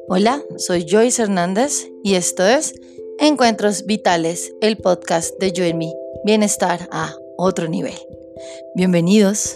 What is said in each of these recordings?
Hola, soy Joyce Hernández y esto es Encuentros Vitales, el podcast de Yo en Mí, bienestar a otro nivel. Bienvenidos.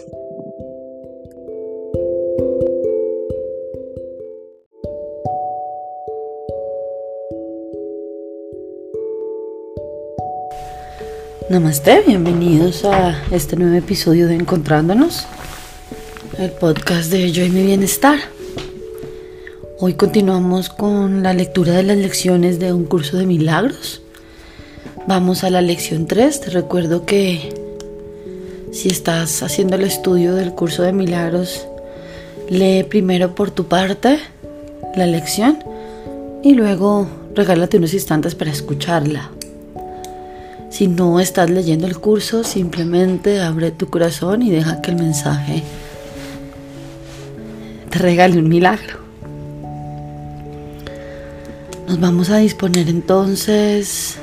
Namaste, bienvenidos a este nuevo episodio de Encontrándonos, el podcast de Yo y mi bienestar. Hoy continuamos con la lectura de las lecciones de un curso de milagros. Vamos a la lección 3. Te recuerdo que si estás haciendo el estudio del curso de milagros, lee primero por tu parte la lección y luego regálate unos instantes para escucharla. Si no estás leyendo el curso, simplemente abre tu corazón y deja que el mensaje te regale un milagro. Nos vamos a disponer entonces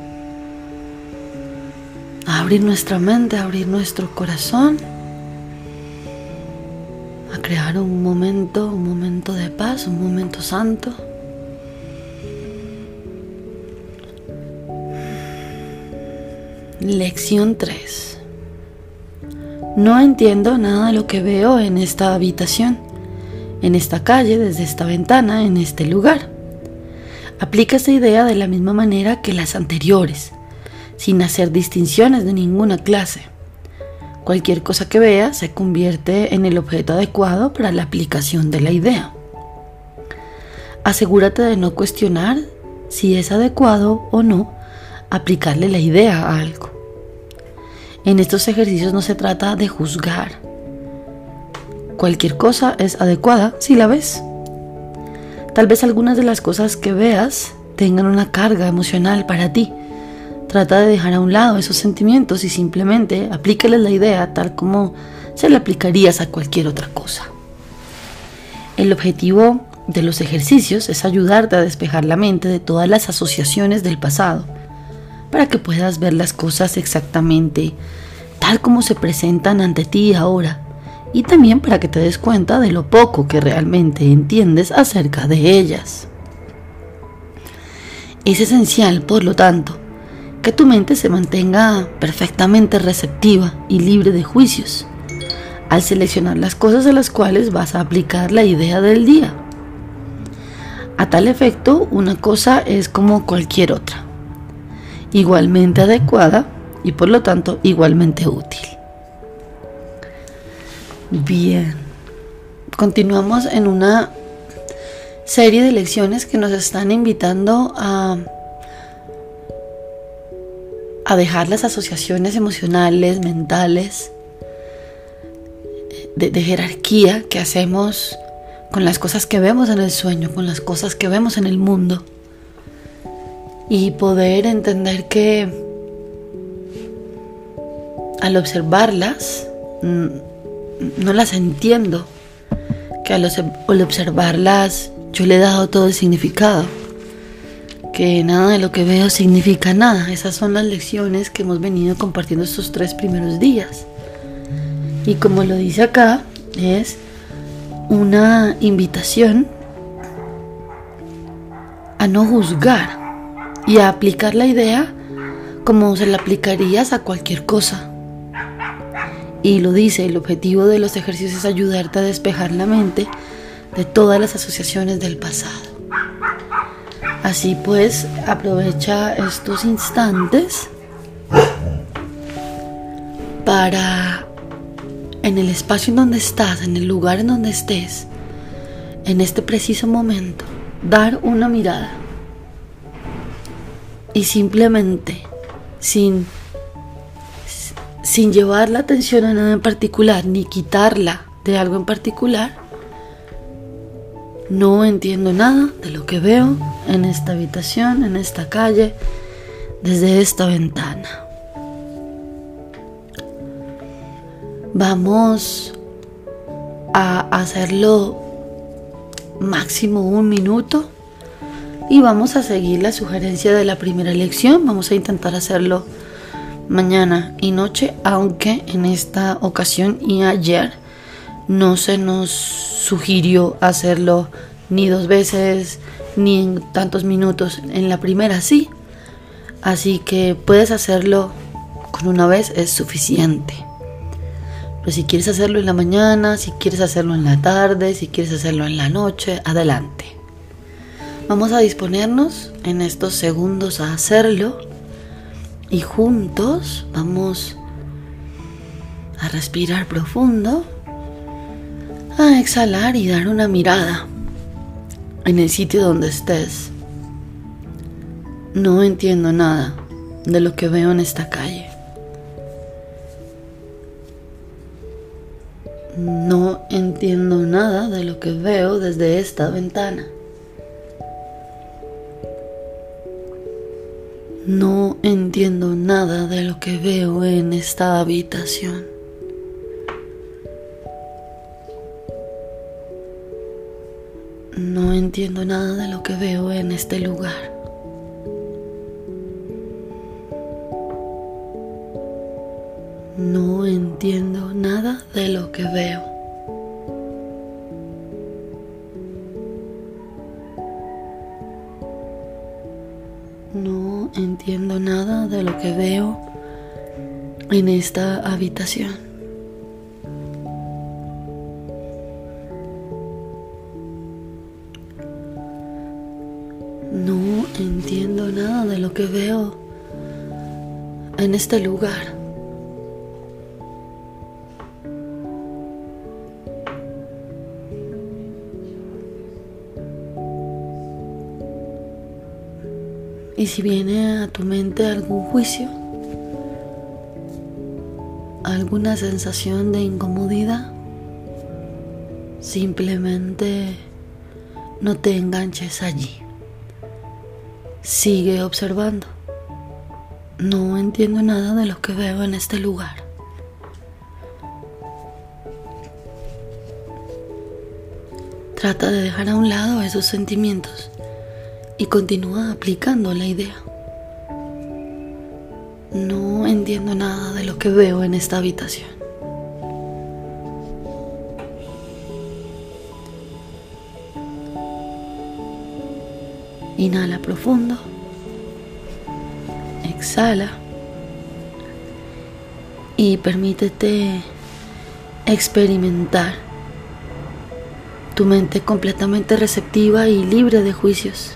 a abrir nuestra mente, a abrir nuestro corazón, a crear un momento de paz, un momento santo. Lección 3. No entiendo nada de lo que veo en esta habitación, en esta calle, desde esta ventana, en este lugar. Aplica esta idea de la misma manera que las anteriores, sin hacer distinciones de ninguna clase. Cualquier cosa que veas se convierte en el objeto adecuado para la aplicación de la idea. Asegúrate de no cuestionar si es adecuado o no aplicarle la idea a algo. En estos ejercicios no se trata de juzgar. Cualquier cosa es adecuada si la ves. Tal vez algunas de las cosas que veas tengan una carga emocional para ti. Trata de dejar a un lado esos sentimientos y simplemente aplícales la idea tal como se la aplicarías a cualquier otra cosa. El objetivo de los ejercicios es ayudarte a despejar la mente de todas las asociaciones del pasado, para que puedas ver las cosas exactamente tal como se presentan ante ti ahora. Y también para que te des cuenta de lo poco que realmente entiendes acerca de ellas. Es esencial, por lo tanto, que tu mente se mantenga perfectamente receptiva y libre de juicios al seleccionar las cosas a las cuales vas a aplicar la idea del día. A tal efecto, una cosa es como cualquier otra, igualmente adecuada y por lo tanto igualmente útil. Bien, continuamos en una serie de lecciones que nos están invitando a dejar las asociaciones emocionales, mentales, de jerarquía que hacemos con las cosas que vemos en el sueño, con las cosas que vemos en el mundo, y poder entender que al observarlas no las entiendo, que al observarlas yo le he dado todo el significado, que nada de lo que veo significa nada. Esas son las lecciones que hemos venido compartiendo estos 3 primeros días. Y como lo dice acá, es una invitación a no juzgar y a aplicar la idea como se la aplicarías a cualquier cosa. Y lo dice, el objetivo de los ejercicios es ayudarte a despejar la mente de todas las asociaciones del pasado. Así pues, aprovecha estos instantes para, en el espacio en donde estás, en el lugar en donde estés, en este preciso momento, dar una mirada. Y simplemente, sin llevar la atención a nada en particular, ni quitarla de algo en particular, no entiendo nada de lo que veo en esta habitación, en esta calle, desde esta ventana. Vamos a hacerlo máximo 1 minuto y vamos a seguir la sugerencia de la primera lección. Vamos a intentar hacerlo mañana y noche, aunque en esta ocasión y ayer no se nos sugirió hacerlo ni 2 veces, ni en tantos minutos. En la primera sí. Así que puedes hacerlo con una vez, es suficiente. Pero si quieres hacerlo en la mañana, si quieres hacerlo en la tarde, si quieres hacerlo en la noche, adelante. Vamos a disponernos en estos segundos a hacerlo y juntos vamos a respirar profundo, a exhalar y dar una mirada en el sitio donde estés. No entiendo nada de lo que veo en esta calle. No entiendo nada de lo que veo desde esta ventana. No entiendo nada de lo que veo en esta habitación. No entiendo nada de lo que veo en este lugar. No entiendo nada de lo que veo. No entiendo nada de lo que veo en esta habitación. No entiendo nada de lo que veo en este lugar. Y si viene a tu mente algún juicio, alguna sensación de incomodidad, simplemente no te enganches allí. Sigue observando. No entiendo nada de lo que veo en este lugar. Trata de dejar a un lado esos sentimientos y continúa aplicando la idea. No entiendo nada de lo que veo en esta habitación. Inhala profundo. Exhala. Y permítete experimentar tu mente completamente receptiva y libre de juicios.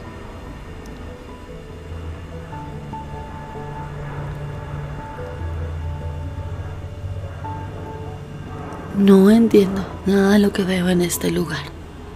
No entiendo nada de lo que veo en este lugar.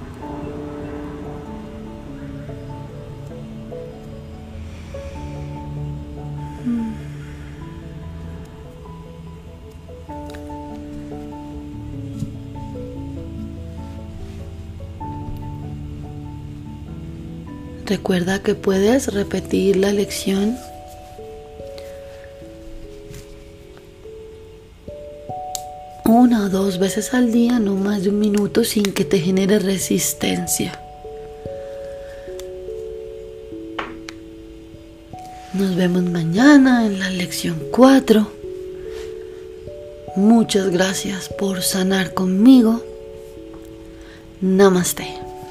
Recuerda que puedes repetir la lección una o 2 veces al día, no más de 1 minuto, sin que te genere resistencia. Nos vemos mañana en la lección 4. Muchas gracias por sanar conmigo. Namaste.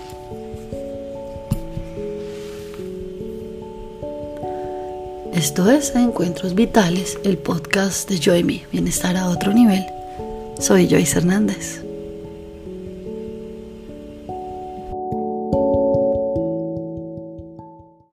Esto es Encuentros Vitales, el podcast de Joy Me, Bienestar a Otro Nivel. Soy Joyce Hernández.